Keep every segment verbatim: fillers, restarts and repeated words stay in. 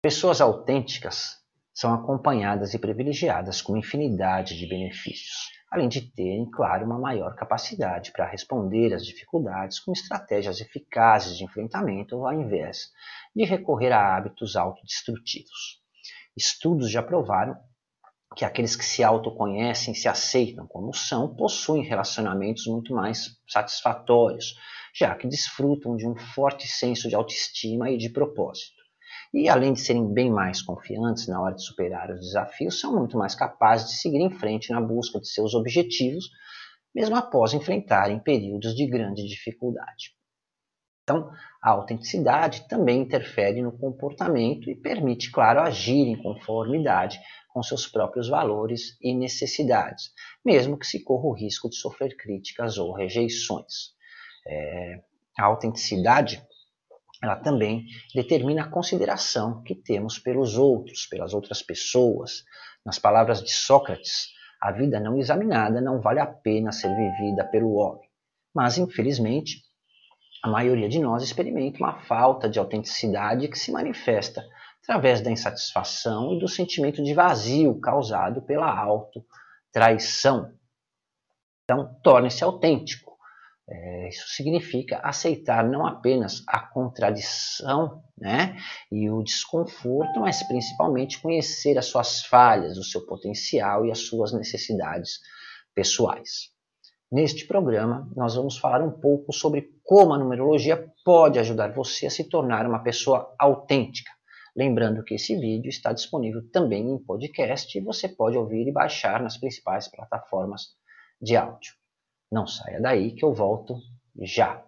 Pessoas autênticas são acompanhadas e privilegiadas com infinidade de benefícios, além de terem, claro, uma maior capacidade para responder às dificuldades com estratégias eficazes de enfrentamento, ao invés de recorrer a hábitos autodestrutivos. Estudos já provaram que aqueles que se autoconhecem e se aceitam como são possuem relacionamentos muito mais satisfatórios, já que desfrutam de um forte senso de autoestima e de propósito. E além de serem bem mais confiantes na hora de superar os desafios, são muito mais capazes de seguir em frente na busca de seus objetivos, mesmo após enfrentarem períodos de grande dificuldade. Então, a autenticidade também interfere no comportamento e permite, claro, agir em conformidade com seus próprios valores e necessidades, mesmo que se corra o risco de sofrer críticas ou rejeições. É, a autenticidade ela também determina a consideração que temos pelos outros, pelas outras pessoas. Nas palavras de Sócrates, a vida não examinada não vale a pena ser vivida pelo homem. Mas, infelizmente, a maioria de nós experimenta uma falta de autenticidade que se manifesta através da insatisfação e do sentimento de vazio causado pela autotraição. Então, torne-se autêntico. É, isso significa aceitar não apenas a contradição, né, e o desconforto, mas principalmente conhecer as suas falhas, o seu potencial e as suas necessidades pessoais. Neste programa, nós vamos falar um pouco sobre como a numerologia pode ajudar você a se tornar uma pessoa autêntica. Lembrando que esse vídeo está disponível também em podcast e você pode ouvir e baixar nas principais plataformas de áudio. Não saia daí que eu volto já.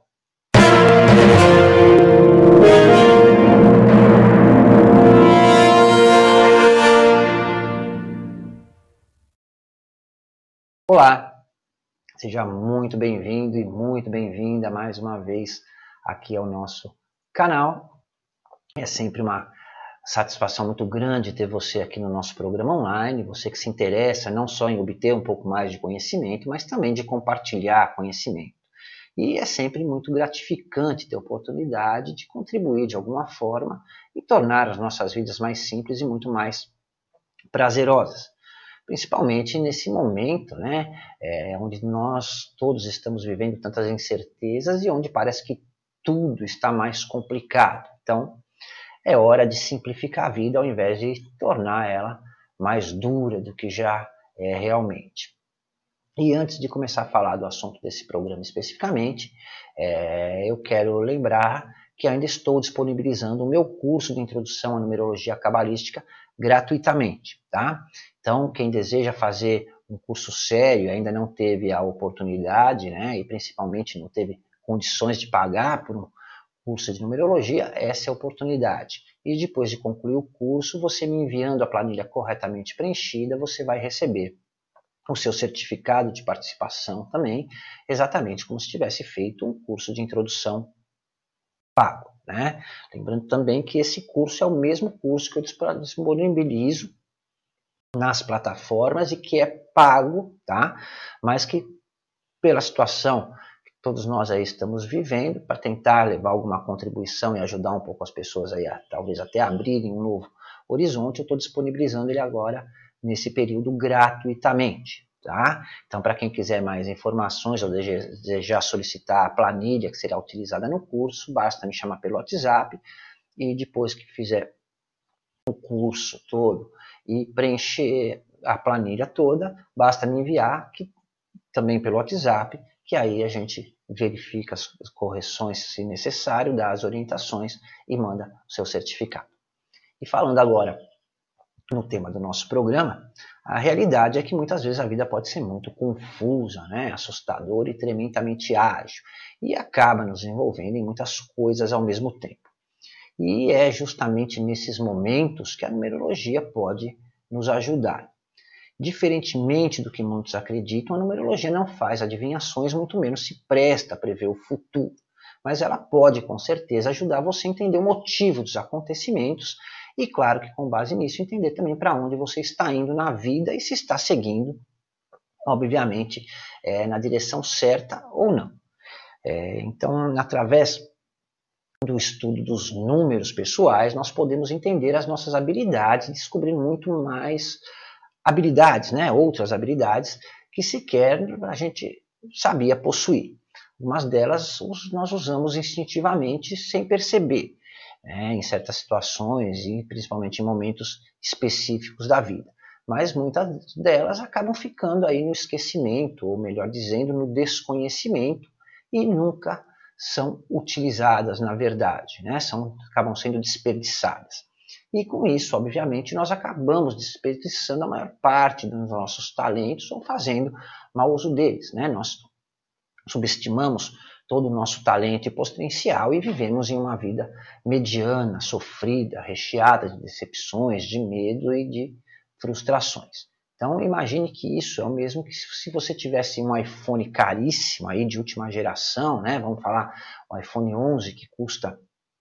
Olá! Seja muito bem-vindo e muito bem-vinda mais uma vez aqui ao nosso canal. É sempre uma satisfação muito grande ter você aqui no nosso programa online, você que se interessa não só em obter um pouco mais de conhecimento, mas também de compartilhar conhecimento. E é sempre muito gratificante ter a oportunidade de contribuir de alguma forma e tornar as nossas vidas mais simples e muito mais prazerosas. Principalmente nesse momento, né, é, onde nós todos estamos vivendo tantas incertezas e onde parece que tudo está mais complicado. Então, é hora de simplificar a vida ao invés de tornar ela mais dura do que já é realmente. E antes de começar a falar do assunto desse programa especificamente, é, eu quero lembrar que ainda estou disponibilizando o meu curso de introdução à numerologia cabalística gratuitamente, tá? Então, quem deseja fazer um curso sério e ainda não teve a oportunidade, né, e principalmente não teve condições de pagar por um curso de numerologia, essa é a oportunidade. E depois de concluir o curso, você me enviando a planilha corretamente preenchida, você vai receber o seu certificado de participação também, exatamente como se tivesse feito um curso de introdução pago, né? Lembrando também que esse curso é o mesmo curso que eu disponibilizo nas plataformas e que é pago, tá? Mas que pela situação que todos nós aí estamos vivendo, para tentar levar alguma contribuição e ajudar um pouco as pessoas aí a talvez até abrirem um novo horizonte, eu estou disponibilizando ele agora nesse período gratuitamente. Tá? Então, para quem quiser mais informações ou desejar solicitar a planilha que será utilizada no curso, basta me chamar pelo WhatsApp e depois que fizer o curso todo e preencher a planilha toda, basta me enviar que, também pelo WhatsApp, que aí a gente verifica as correções se necessário, dá as orientações e manda o seu certificado. E falando agora no tema do nosso programa, a realidade é que muitas vezes a vida pode ser muito confusa, né? Assustadora e tremendamente ágil, e acaba nos envolvendo em muitas coisas ao mesmo tempo. E é justamente nesses momentos que a numerologia pode nos ajudar. Diferentemente do que muitos acreditam, a numerologia não faz adivinhações, muito menos se presta a prever o futuro. Mas ela pode, com certeza, ajudar você a entender o motivo dos acontecimentos e, claro que com base nisso, entender também para onde você está indo na vida e se está seguindo, obviamente, é, na direção certa ou não. É, então, através do estudo dos números pessoais, nós podemos entender as nossas habilidades e descobrir muito mais habilidades, né? Outras habilidades que sequer a gente sabia possuir. Algumas delas nós usamos instintivamente sem perceber, né? Em certas situações e principalmente em momentos específicos da vida. Mas muitas delas acabam ficando aí no esquecimento, ou melhor dizendo, no desconhecimento, e nunca são utilizadas na verdade, né? São, acabam sendo desperdiçadas. E com isso, obviamente, nós acabamos desperdiçando a maior parte dos nossos talentos ou fazendo mau uso deles, né? Nós subestimamos todo o nosso talento e potencial e vivemos em uma vida mediana, sofrida, recheada de decepções, de medo e de frustrações. Então imagine que isso é o mesmo que se você tivesse um iPhone caríssimo, aí de última geração, né? Vamos falar o iPhone onze, que custa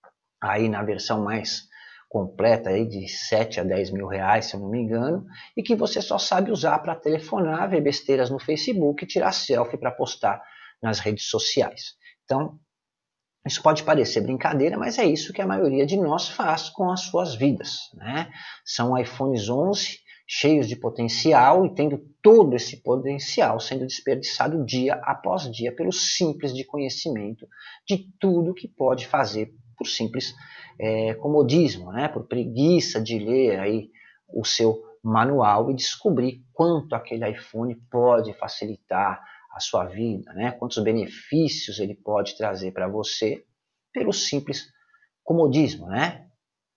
aí na versão mais completa aí de sete a dez mil reais, se eu não me engano, e que você só sabe usar para telefonar, ver besteiras no Facebook e tirar selfie para postar nas redes sociais. Então, isso pode parecer brincadeira, mas é isso que a maioria de nós faz com as suas vidas, né? São iPhones onze cheios de potencial e tendo todo esse potencial sendo desperdiçado dia após dia pelo simples de conhecimento de tudo que pode fazer por simples é, comodismo, né? Por preguiça de ler aí o seu manual e descobrir quanto aquele iPhone pode facilitar a sua vida, né? Quantos benefícios ele pode trazer para você pelo simples comodismo, né?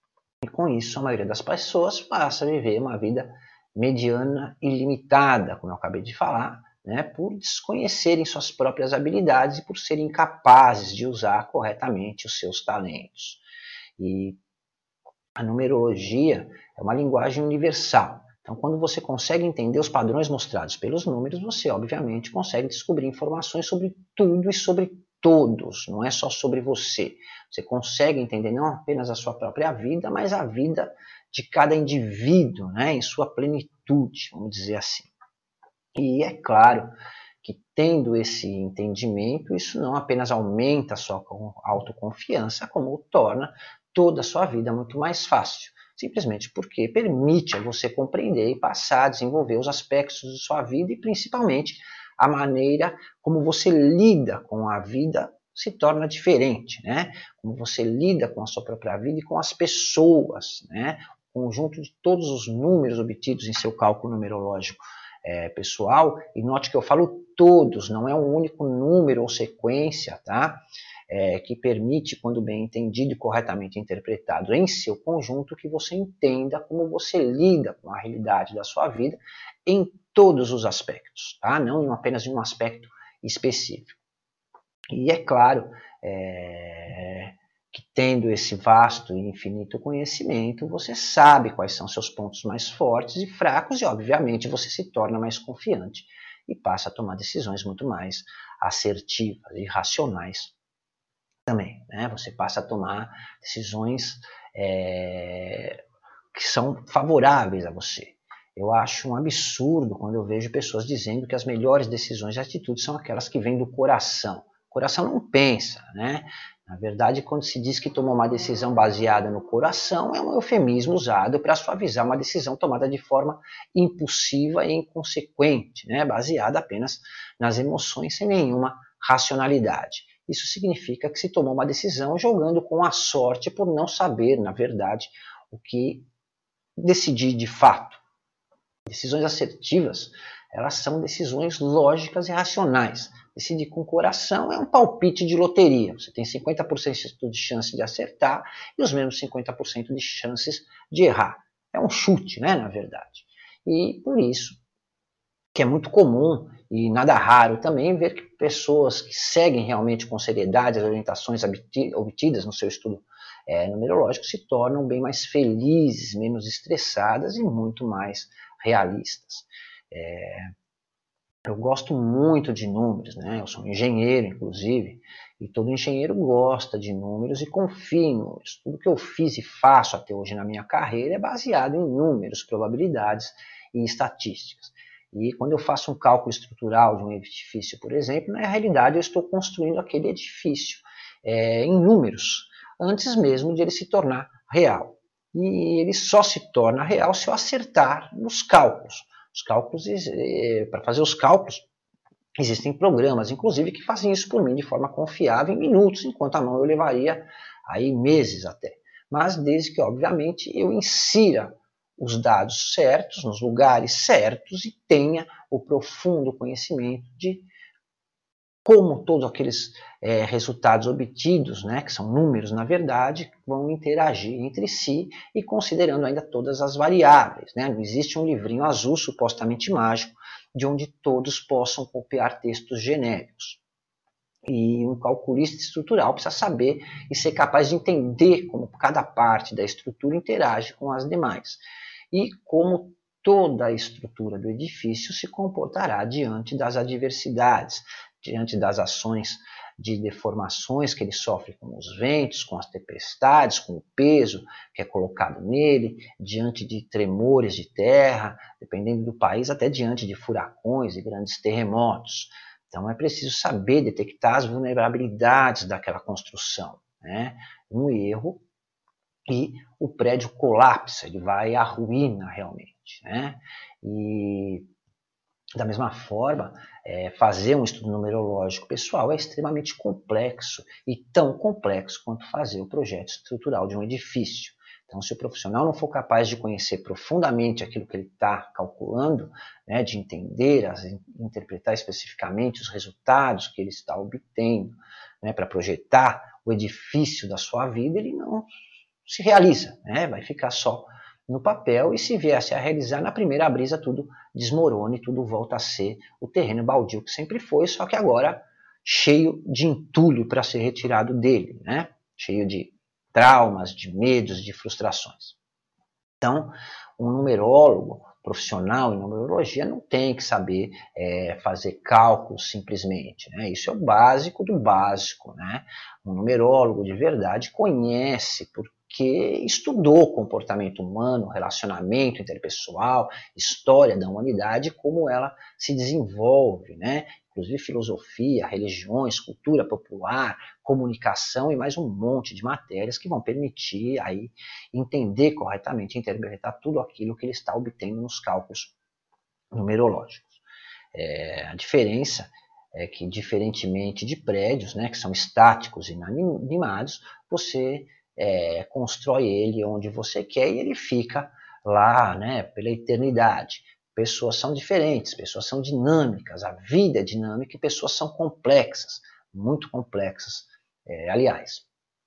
E com isso a maioria das pessoas passa a viver uma vida mediana e limitada, como eu acabei de falar, né? Por desconhecerem suas próprias habilidades e por serem incapazes de usar corretamente os seus talentos. E a numerologia é uma linguagem universal. Então, quando você consegue entender os padrões mostrados pelos números, você, obviamente, consegue descobrir informações sobre tudo e sobre todos, não é só sobre você. Você consegue entender não apenas a sua própria vida, mas a vida de cada indivíduo, né, em sua plenitude, vamos dizer assim. E é claro que, tendo esse entendimento, isso não apenas aumenta a sua autoconfiança, como torna toda a sua vida muito mais fácil. Simplesmente porque permite a você compreender e passar a desenvolver os aspectos de sua vida e principalmente a maneira como você lida com a vida se torna diferente, né? Como você lida com a sua própria vida e com as pessoas, né? O conjunto de todos os números obtidos em seu cálculo numerológico é, pessoal, e note que eu falo todos, não é um único número ou sequência, tá? É, que permite, quando bem entendido e corretamente interpretado em seu conjunto, que você entenda como você lida com a realidade da sua vida em todos os aspectos, tá? Não apenas em um aspecto específico. E é claro é, que tendo esse vasto e infinito conhecimento, você sabe quais são seus pontos mais fortes e fracos e, obviamente, você se torna mais confiante e passa a tomar decisões muito mais assertivas e racionais também, né? Você passa a tomar decisões é, que são favoráveis a você. Eu acho um absurdo quando eu vejo pessoas dizendo que as melhores decisões e atitudes são aquelas que vêm do coração. O coração não pensa, né? Na verdade, quando se diz que tomou uma decisão baseada no coração, é um eufemismo usado para suavizar uma decisão tomada de forma impulsiva e inconsequente, né? Baseada apenas nas emoções sem nenhuma racionalidade. Isso significa que se tomou uma decisão jogando com a sorte por não saber, na verdade, o que decidir de fato. Decisões assertivas, elas são decisões lógicas e racionais. Decidir com o coração é um palpite de loteria. Você tem cinquenta por cento de chance de acertar e os mesmos cinquenta por cento de chances de errar. É um chute, né, na verdade. E por isso que é muito comum e nada raro também ver que pessoas que seguem realmente com seriedade as orientações obtidas no seu estudo é, numerológico se tornam bem mais felizes, menos estressadas e muito mais realistas. É, eu gosto muito de números, né? Eu sou um engenheiro, inclusive, e todo engenheiro gosta de números e confia em números. Tudo que eu fiz e faço até hoje na minha carreira é baseado em números, probabilidades e estatísticas. E quando eu faço um cálculo estrutural de um edifício, por exemplo, na realidade eu estou construindo aquele edifício é, em números, antes mesmo de ele se tornar real. E ele só se torna real se eu acertar nos cálculos. Os cálculos, para fazer os cálculos, existem programas, inclusive, que fazem isso por mim de forma confiável em minutos, enquanto a mão eu levaria aí meses até. Mas desde que, obviamente, eu insira os dados certos, nos lugares certos, e tenha o profundo conhecimento de como todos aqueles é, resultados obtidos, né, que são números na verdade, vão interagir entre si e considerando ainda todas as variáveis. Né? Não existe um livrinho azul supostamente mágico de onde todos possam copiar textos genéricos. E um calculista estrutural precisa saber e ser capaz de entender como cada parte da estrutura interage com as demais e como toda a estrutura do edifício se comportará diante das adversidades, diante das ações de deformações que ele sofre com os ventos, com as tempestades, com o peso que é colocado nele, diante de tremores de terra, dependendo do país, até diante de furacões e grandes terremotos. Então é preciso saber detectar as vulnerabilidades daquela construção, né? Um erro e o prédio colapsa, ele vai à ruína realmente, né? E da mesma forma, é, fazer um estudo numerológico pessoal é extremamente complexo e tão complexo quanto fazer o projeto estrutural de um edifício. Então, se o profissional não for capaz de conhecer profundamente aquilo que ele está calculando, né, de entender, as, interpretar especificamente os resultados que ele está obtendo, né, para projetar o edifício da sua vida, ele não se realiza, né, vai ficar só no papel, e se viesse a realizar na primeira brisa, tudo desmorona e tudo volta a ser o terreno baldio que sempre foi, só que agora cheio de entulho para ser retirado dele, né? Cheio de traumas, de medos, de frustrações. Então, um numerólogo profissional em numerologia não tem que saber é, fazer cálculos simplesmente, né? Isso é o básico do básico, né? Um numerólogo de verdade conhece por que estudou comportamento humano, relacionamento interpessoal, história da humanidade, como ela se desenvolve, né? Inclusive filosofia, religiões, cultura popular, comunicação e mais um monte de matérias que vão permitir aí entender corretamente, interpretar tudo aquilo que ele está obtendo nos cálculos numerológicos. É, a diferença é que, diferentemente de prédios, né, que são estáticos e inanimados, você É, constrói ele onde você quer e ele fica lá, né, pela eternidade. Pessoas são diferentes, pessoas são dinâmicas, a vida é dinâmica e pessoas são complexas, muito complexas, é, aliás.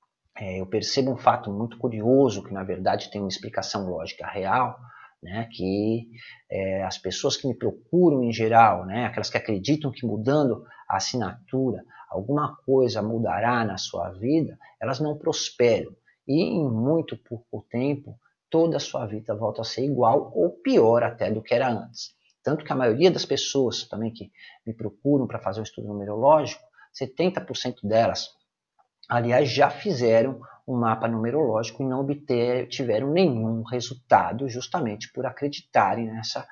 É, eu percebo um fato muito curioso, que na verdade tem uma explicação lógica real, né, que é, as pessoas que me procuram em geral, né, aquelas que acreditam que mudando a assinatura alguma coisa mudará na sua vida, elas não prosperam. E em muito pouco tempo, toda a sua vida volta a ser igual ou pior até do que era antes. Tanto que a maioria das pessoas também que me procuram para fazer um estudo numerológico, setenta por cento delas, aliás, já fizeram um mapa numerológico e não obtiveram nenhum resultado, justamente por acreditarem nessa,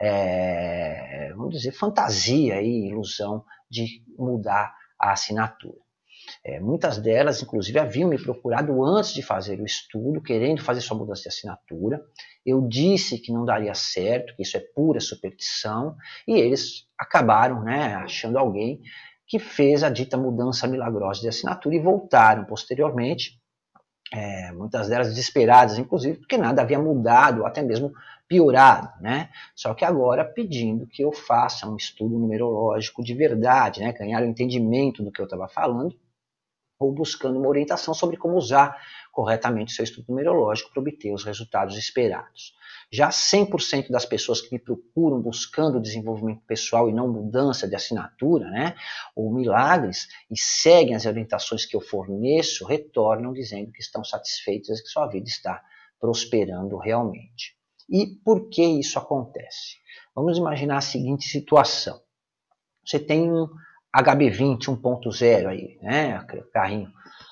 é, vamos dizer, fantasia e ilusão de mudar a assinatura. É, muitas delas, inclusive, haviam me procurado antes de fazer o estudo, querendo fazer sua mudança de assinatura. Eu disse que não daria certo, que isso é pura superstição, e eles acabaram, né, achando alguém que fez a dita mudança milagrosa de assinatura e voltaram posteriormente, é, muitas delas desesperadas, inclusive, porque nada havia mudado, até mesmo piorado, né? Só que agora pedindo que eu faça um estudo numerológico de verdade, né, ganhar o entendimento do que eu estava falando, ou buscando uma orientação sobre como usar corretamente o seu estudo numerológico para obter os resultados esperados. Já cem por cento das pessoas que me procuram buscando desenvolvimento pessoal e não mudança de assinatura, né, ou milagres, e seguem as orientações que eu forneço, retornam dizendo que estão satisfeitas e que sua vida está prosperando realmente. E por que isso acontece? Vamos imaginar a seguinte situação. Você tem um H B vinte um ponto zero aí, né, carrinho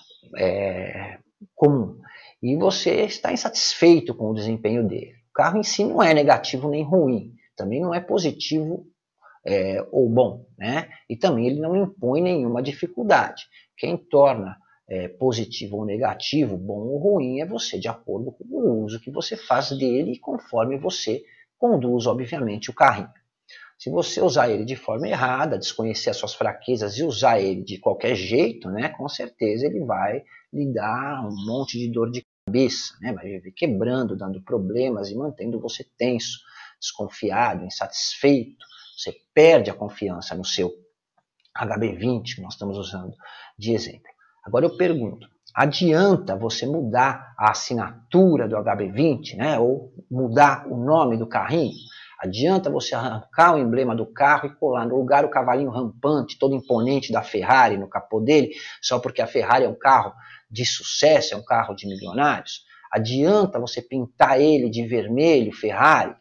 é, comum, e você está insatisfeito com o desempenho dele. O carro em si não é negativo nem ruim, também não é positivo é, ou bom, né, e também ele não impõe nenhuma dificuldade. Quem torna é, positivo ou negativo, bom ou ruim, é você de acordo com o uso que você faz dele e conforme você conduz, obviamente, o carrinho. Se você usar ele de forma errada, desconhecer as suas fraquezas e usar ele de qualquer jeito, né, com certeza ele vai lhe dar um monte de dor de cabeça, né, vai viver quebrando, dando problemas e mantendo você tenso, desconfiado, insatisfeito. Você perde a confiança no seu H B vinte, que nós estamos usando de exemplo. Agora eu pergunto, adianta você mudar a assinatura do H B vinte, né, ou mudar o nome do carrinho? Adianta você arrancar o emblema do carro e colar no lugar o cavalinho rampante, todo imponente da Ferrari no capô dele, só porque a Ferrari é um carro de sucesso, é um carro de milionários? Adianta você pintar ele de vermelho, Ferrari?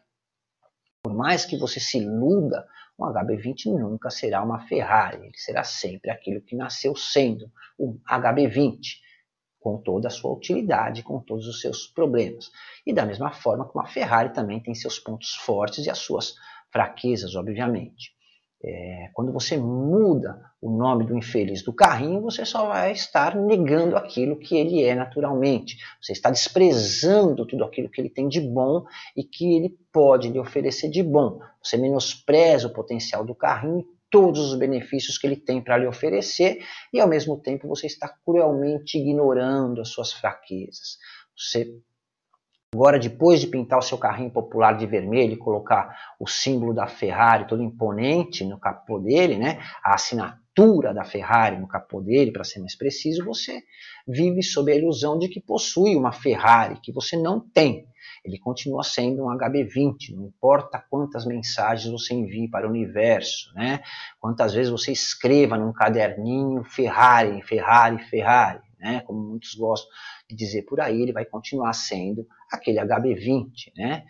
Por mais que você se iluda, um H B vinte nunca será uma Ferrari, ele será sempre aquilo que nasceu sendo, um H B vinte. Com toda a sua utilidade, com todos os seus problemas. E da mesma forma que uma Ferrari também tem seus pontos fortes e as suas fraquezas, obviamente. É, quando você muda o nome do infeliz do carrinho, você só vai estar negando aquilo que ele é naturalmente. Você está desprezando tudo aquilo que ele tem de bom e que ele pode lhe oferecer de bom. Você menospreza o potencial do carrinho e todos os benefícios que ele tem para lhe oferecer e ao mesmo tempo você está cruelmente ignorando as suas fraquezas. Você, agora depois de pintar o seu carrinho popular de vermelho e colocar o símbolo da Ferrari todo imponente no capô dele, né, a assinatura da Ferrari no capô dele, para ser mais preciso, você vive sob a ilusão de que possui uma Ferrari que você não tem. Ele continua sendo um H B vinte, não importa quantas mensagens você envie para o universo, né? Quantas vezes você escreva num caderninho Ferrari, Ferrari, Ferrari, né? Como muitos gostam de dizer por aí, ele vai continuar sendo aquele H B vinte, né?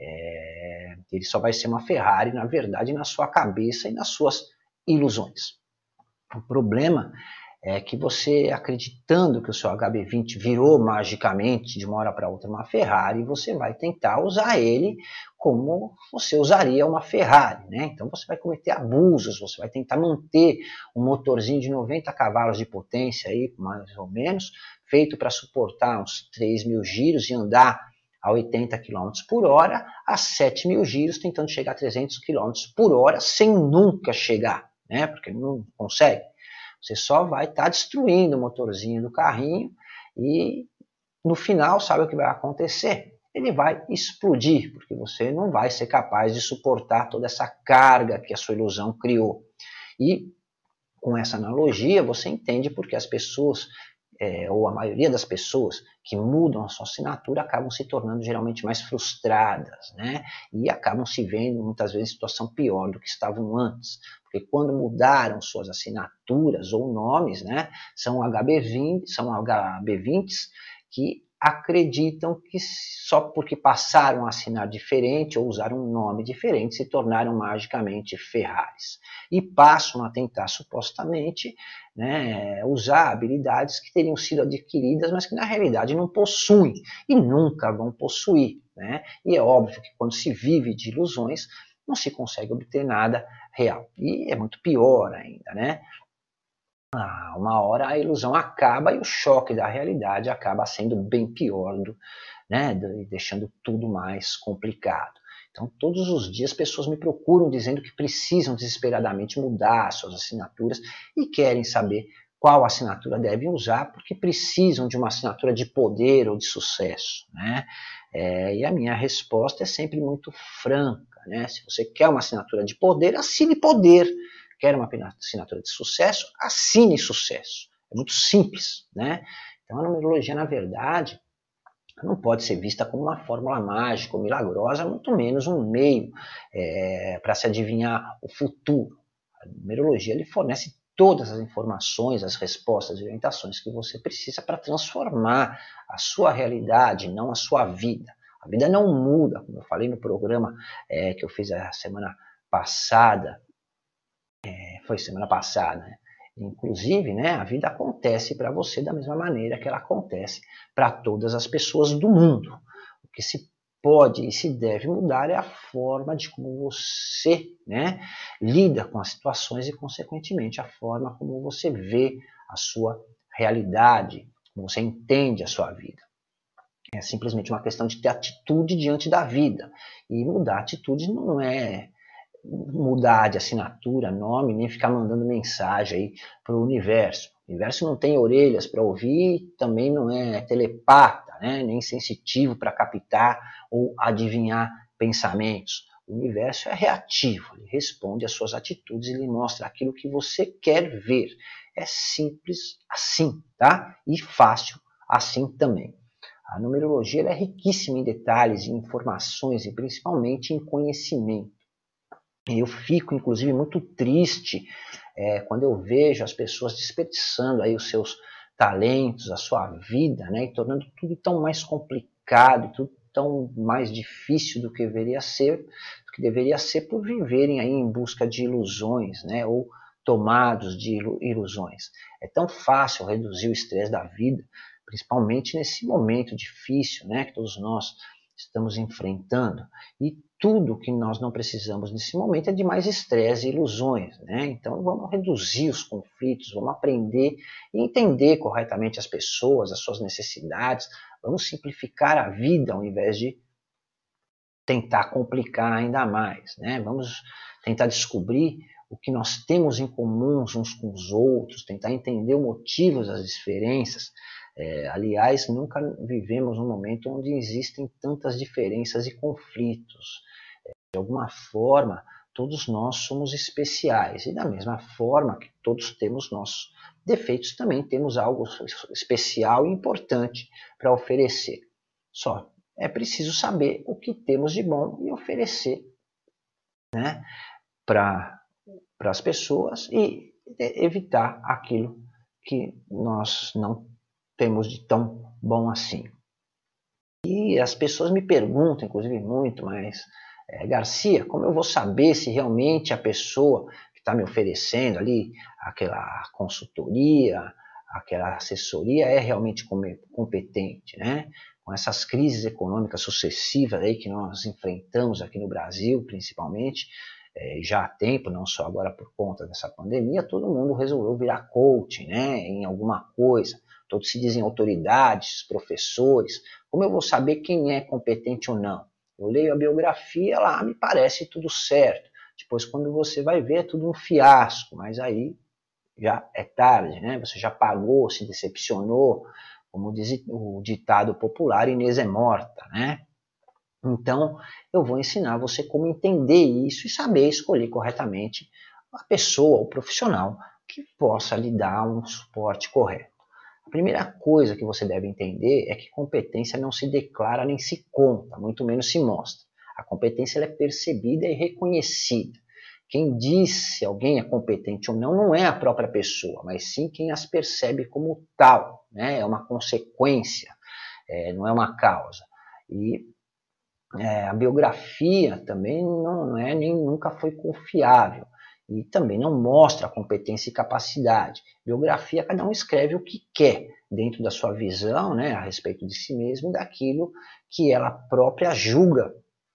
É, ele só vai ser uma Ferrari, na verdade, na sua cabeça e nas suas ilusões. O problema é que você, acreditando que o seu H B vinte virou magicamente de uma hora para outra uma Ferrari, você vai tentar usar ele como você usaria uma Ferrari, né? Então você vai cometer abusos, você vai tentar manter um motorzinho de noventa cavalos de potência, aí, mais ou menos, feito para suportar uns três mil giros e andar a oitenta quilômetros por hora, a sete mil giros, tentando chegar a trezentos quilômetros por hora, sem nunca chegar, né? Porque não consegue. Você só vai estar tá destruindo o motorzinho do carrinho e no final, sabe o que vai acontecer? Ele vai explodir, porque você não vai ser capaz de suportar toda essa carga que a sua ilusão criou. E com essa analogia, você entende porque as pessoas, é, ou a maioria das pessoas que mudam a sua assinatura acabam se tornando geralmente mais frustradas, né? E acabam se vendo muitas vezes em situação pior do que estavam antes. Porque quando mudaram suas assinaturas ou nomes, né, são H B vinte, são H B vintes que acreditam que só porque passaram a assinar diferente ou usaram um nome diferente se tornaram magicamente Ferraris. E passam a tentar supostamente, né, usar habilidades que teriam sido adquiridas, mas que na realidade não possuem e nunca vão possuir, né? E é óbvio que quando se vive de ilusões, não se consegue obter nada real. E é muito pior ainda, né? Ah, uma hora a ilusão acaba e o choque da realidade acaba sendo bem pior, do, né? Deixando tudo mais complicado. Então, todos os dias, pessoas me procuram dizendo que precisam desesperadamente mudar suas assinaturas e querem saber qual assinatura devem usar, porque precisam de uma assinatura de poder ou de sucesso, né? É, e a minha resposta é sempre muito franca, né? Se você quer uma assinatura de poder, assine poder. Quer uma assinatura de sucesso? Assine sucesso. É muito simples, né? Então, a numerologia, na verdade, não pode ser vista como uma fórmula mágica ou milagrosa, muito menos um meio é, para se adivinhar o futuro. A numerologia lhe fornece todas as informações, as respostas e orientações que você precisa para transformar a sua realidade, não a sua vida. A vida não muda, como eu falei no programa é, que eu fiz a semana passada, é, foi semana passada, né? Inclusive, né, a vida acontece para você da mesma maneira que ela acontece para todas as pessoas do mundo. O que se pode e se deve mudar é a forma de como você, né, lida com as situações e, consequentemente, a forma como você vê a sua realidade, como você entende a sua vida. É simplesmente uma questão de ter atitude diante da vida. E mudar a atitude não é mudar de assinatura, nome, nem ficar mandando mensagem aí para o universo. O universo não tem orelhas para ouvir, também não é telepata, né? Nem sensitivo para captar ou adivinhar pensamentos. O universo é reativo, ele responde às suas atitudes e lhe mostra aquilo que você quer ver. É simples assim, tá? E fácil assim também. A numerologia ela é riquíssima em detalhes, em informações e principalmente em conhecimento. Eu fico, inclusive, muito triste é, quando eu vejo as pessoas desperdiçando aí os seus talentos, a sua vida, né, e tornando tudo tão mais complicado, tudo tão mais difícil do que deveria ser, do que deveria ser por viverem aí em busca de ilusões, né, ou tomados de ilusões. É tão fácil reduzir o estresse da vida, principalmente nesse momento difícil, né, que todos nós estamos enfrentando, e tudo que nós não precisamos nesse momento é de mais estresse e ilusões, né? Então vamos reduzir os conflitos, vamos aprender e entender corretamente as pessoas, as suas necessidades, vamos simplificar a vida ao invés de tentar complicar ainda mais, né? Vamos tentar descobrir o que nós temos em comum uns com os outros, tentar entender os motivos das diferenças. É, aliás, nunca vivemos um momento onde existem tantas diferenças e conflitos. É, de alguma forma, todos nós somos especiais. E da mesma forma que todos temos nossos defeitos, também temos algo especial e importante para oferecer. Só é preciso saber o que temos de bom e oferecer, né, para as pessoas e evitar aquilo que nós não temos de tão bom assim. E as pessoas me perguntam, inclusive muito, mas é, Garcia, como eu vou saber se realmente a pessoa que está me oferecendo ali aquela consultoria, aquela assessoria é realmente competente, né? Com essas crises econômicas sucessivas aí que nós enfrentamos aqui no Brasil, principalmente, é, já há tempo, não só agora por conta dessa pandemia, todo mundo resolveu virar coach, né, em alguma coisa. Todos se dizem autoridades, professores. Como eu vou saber quem é competente ou não? Eu leio a biografia lá, me parece tudo certo. Depois, quando você vai ver, é tudo um fiasco, mas aí já é tarde, né? Você já pagou, se decepcionou, como diz o ditado popular, Inês é morta, né? Então, eu vou ensinar você como entender isso e saber escolher corretamente a pessoa, o profissional, que possa lhe dar um suporte correto. A primeira coisa que você deve entender é que competência não se declara nem se conta, muito menos se mostra. A competência ela é percebida e reconhecida. Quem diz se alguém é competente ou não, não é a própria pessoa, mas sim quem as percebe como tal, né? É uma consequência, é, não é uma causa. E é, a biografia também não é nem nunca foi confiável e também não mostra competência e capacidade. Biografia, cada um escreve o que quer dentro da sua visão, né, a respeito de si mesmo e daquilo que ela própria julga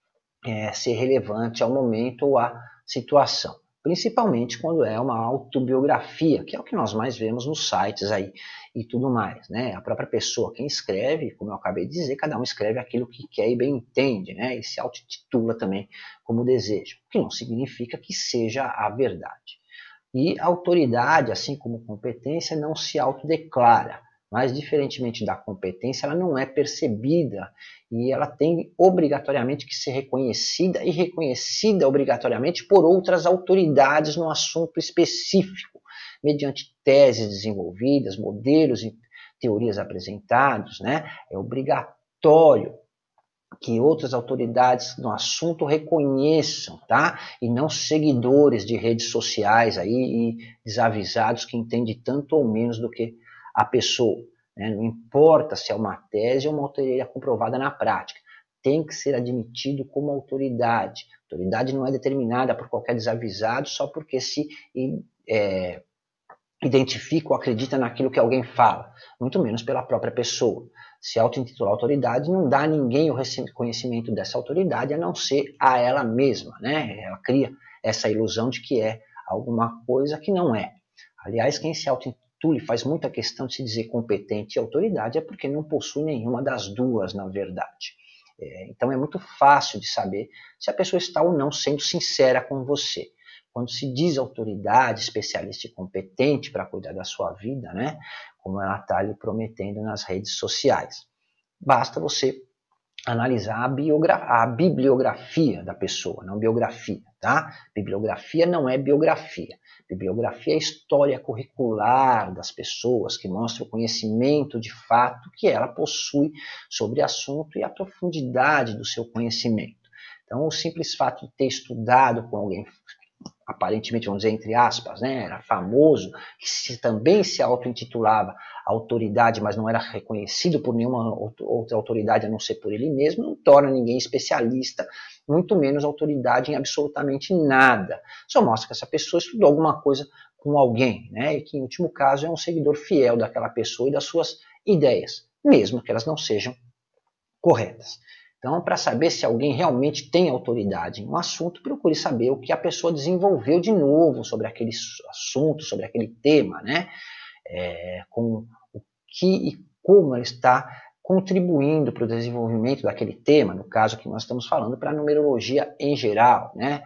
é, ser relevante ao momento ou à situação. Principalmente quando é uma autobiografia, que é o que nós mais vemos nos sites aí e tudo mais, né? A própria pessoa, quem escreve, como eu acabei de dizer, cada um escreve aquilo que quer e bem entende, né? E se autotitula também como deseja, o que não significa que seja a verdade. E a autoridade, assim como competência, não se autodeclara, mas diferentemente da competência, ela não é percebida e ela tem obrigatoriamente que ser reconhecida e reconhecida obrigatoriamente por outras autoridades no assunto específico, mediante teses desenvolvidas, modelos e teorias apresentados, né? É obrigatório que outras autoridades no assunto reconheçam, tá? E não seguidores de redes sociais aí e desavisados que entendem tanto ou menos do que a pessoa, né? Não importa se é uma tese ou uma autoria comprovada na prática, tem que ser admitido como autoridade. A autoridade não é determinada por qualquer desavisado só porque se é, identifica ou acredita naquilo que alguém fala, muito menos pela própria pessoa. Se auto-intitular autoridade não dá a ninguém o reconhecimento dessa autoridade a não ser a ela mesma, né? Ela cria essa ilusão de que é alguma coisa que não é. Aliás, quem se auto rotula e faz muita questão de se dizer competente e autoridade é porque não possui nenhuma das duas, na verdade. É, então é muito fácil de saber se a pessoa está ou não sendo sincera com você. Quando se diz autoridade, especialista e competente para cuidar da sua vida, né, como ela está lhe prometendo nas redes sociais, basta você analisar a, biogra- a bibliografia da pessoa, não biografia, tá? Bibliografia não é biografia. Bibliografia é a história curricular das pessoas, que mostra o conhecimento de fato que ela possui sobre o assunto e a profundidade do seu conhecimento. Então, o simples fato de ter estudado com alguém, aparentemente, vamos dizer, entre aspas, né, era famoso, que se, também se auto-intitulava autoridade, mas não era reconhecido por nenhuma outra autoridade a não ser por ele mesmo, não torna ninguém especialista, muito menos autoridade em absolutamente nada. Só mostra que essa pessoa estudou alguma coisa com alguém, né, e que, em último caso, é um seguidor fiel daquela pessoa e das suas ideias, mesmo que elas não sejam corretas. Então, para saber se alguém realmente tem autoridade em um assunto, procure saber o que a pessoa desenvolveu de novo sobre aquele assunto, sobre aquele tema, né? É, com o que e como ela está contribuindo para o desenvolvimento daquele tema, no caso que nós estamos falando, para a numerologia em geral, né?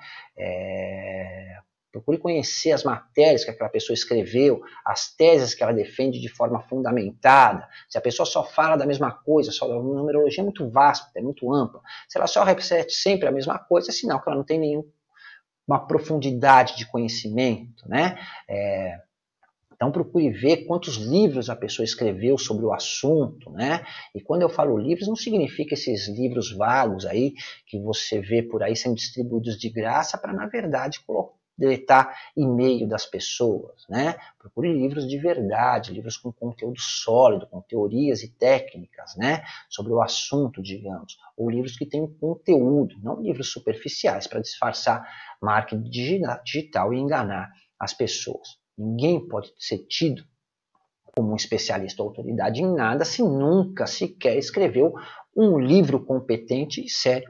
É, procure conhecer as matérias que aquela pessoa escreveu, as teses que ela defende de forma fundamentada. Se a pessoa só fala da mesma coisa, só, a numerologia é muito vasta, é muito ampla. Se ela só repete sempre a mesma coisa, é sinal que ela não tem nenhuma profundidade de conhecimento, né? É, então procure ver quantos livros a pessoa escreveu sobre o assunto, né? E quando eu falo livros, não significa esses livros vagos aí que você vê por aí sendo distribuídos de graça para, na verdade, deletar e-mail das pessoas, né? Procure livros de verdade, livros com conteúdo sólido, com teorias e técnicas, né? Sobre o assunto, digamos. Ou livros que têm conteúdo, não livros superficiais para disfarçar marketing digital e enganar as pessoas. Ninguém pode ser tido como um especialista ou autoridade em nada se nunca sequer escreveu um livro competente e sério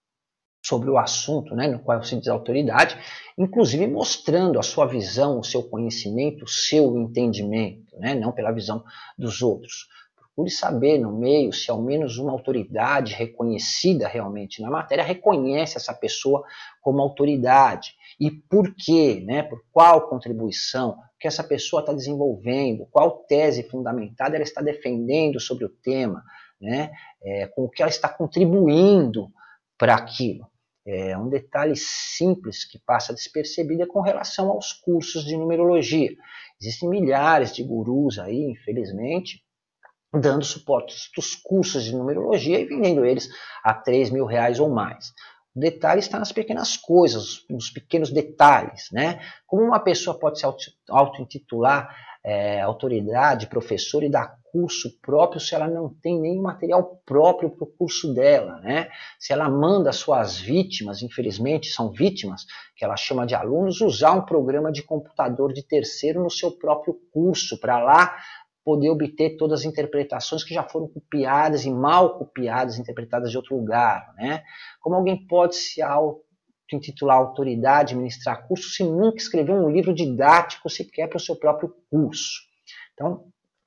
sobre o assunto, né, no qual se diz autoridade, inclusive mostrando a sua visão, o seu conhecimento, o seu entendimento, né, não pela visão dos outros. Procure saber no meio se ao menos uma autoridade reconhecida realmente na matéria reconhece essa pessoa como autoridade. E por quê? Né? Por qual contribuição que essa pessoa está desenvolvendo, qual tese fundamentada ela está defendendo sobre o tema, né? É, com o que ela está contribuindo para aquilo. É um detalhe simples que passa despercebido é com relação aos cursos de numerologia. Existem milhares de gurus aí, infelizmente, dando suporte dos cursos de numerologia e vendendo eles a três mil reais ou mais. O detalhe está nas pequenas coisas, nos pequenos detalhes, né? Como uma pessoa pode se auto-intitular é, autoridade, professor e dar curso próprio se ela não tem nenhum material próprio para o curso dela, né? Se ela manda suas vítimas, infelizmente são vítimas, que ela chama de alunos, usar um programa de computador de terceiro no seu próprio curso, para lá poder obter todas as interpretações que já foram copiadas e mal copiadas, interpretadas de outro lugar, né? Como alguém pode se auto-intitular autoridade, ministrar curso, se nunca escreveu um livro didático sequer para o seu próprio curso? Então,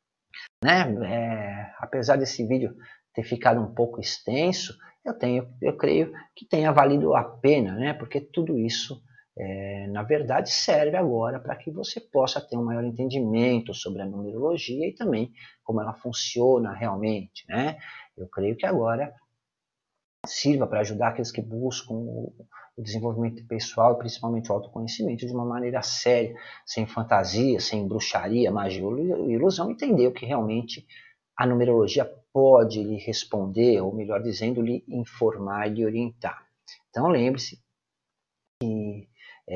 né, é, apesar desse vídeo ter ficado um pouco extenso, eu, tenho, eu creio que tenha valido a pena, né? Porque tudo isso É, na verdade, serve agora para que você possa ter um maior entendimento sobre a numerologia e também como ela funciona realmente, né? Eu creio que agora sirva para ajudar aqueles que buscam o, o desenvolvimento pessoal e principalmente o autoconhecimento de uma maneira séria, sem fantasia, sem bruxaria, magia ou ilusão, entender o que realmente a numerologia pode lhe responder, ou melhor dizendo, lhe informar e lhe orientar. Então lembre-se que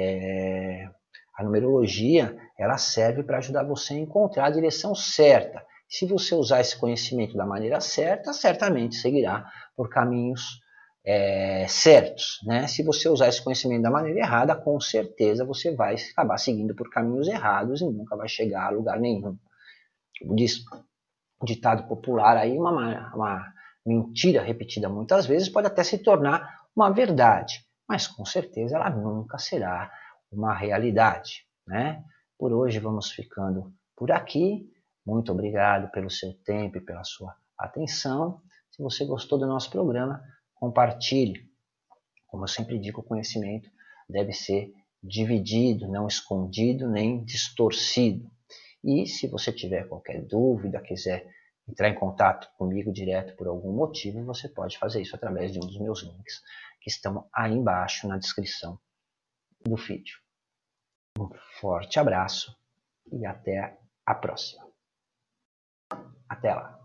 É, a numerologia ela serve para ajudar você a encontrar a direção certa. Se você usar esse conhecimento da maneira certa, certamente seguirá por caminhos é, certos, né? Se você usar esse conhecimento da maneira errada, com certeza você vai acabar seguindo por caminhos errados e nunca vai chegar a lugar nenhum. Como diz o ditado popular, aí uma, uma mentira repetida muitas vezes pode até se tornar uma verdade, mas com certeza ela nunca será uma realidade, né? Por hoje vamos ficando por aqui. Muito obrigado pelo seu tempo e pela sua atenção. Se você gostou do nosso programa, compartilhe. Como eu sempre digo, o conhecimento deve ser dividido, não escondido nem distorcido. E se você tiver qualquer dúvida, quiser entrar em contato comigo direto por algum motivo, você pode fazer isso através de um dos meus links que estão aí embaixo na descrição do vídeo. Um forte abraço e até a próxima. Até lá!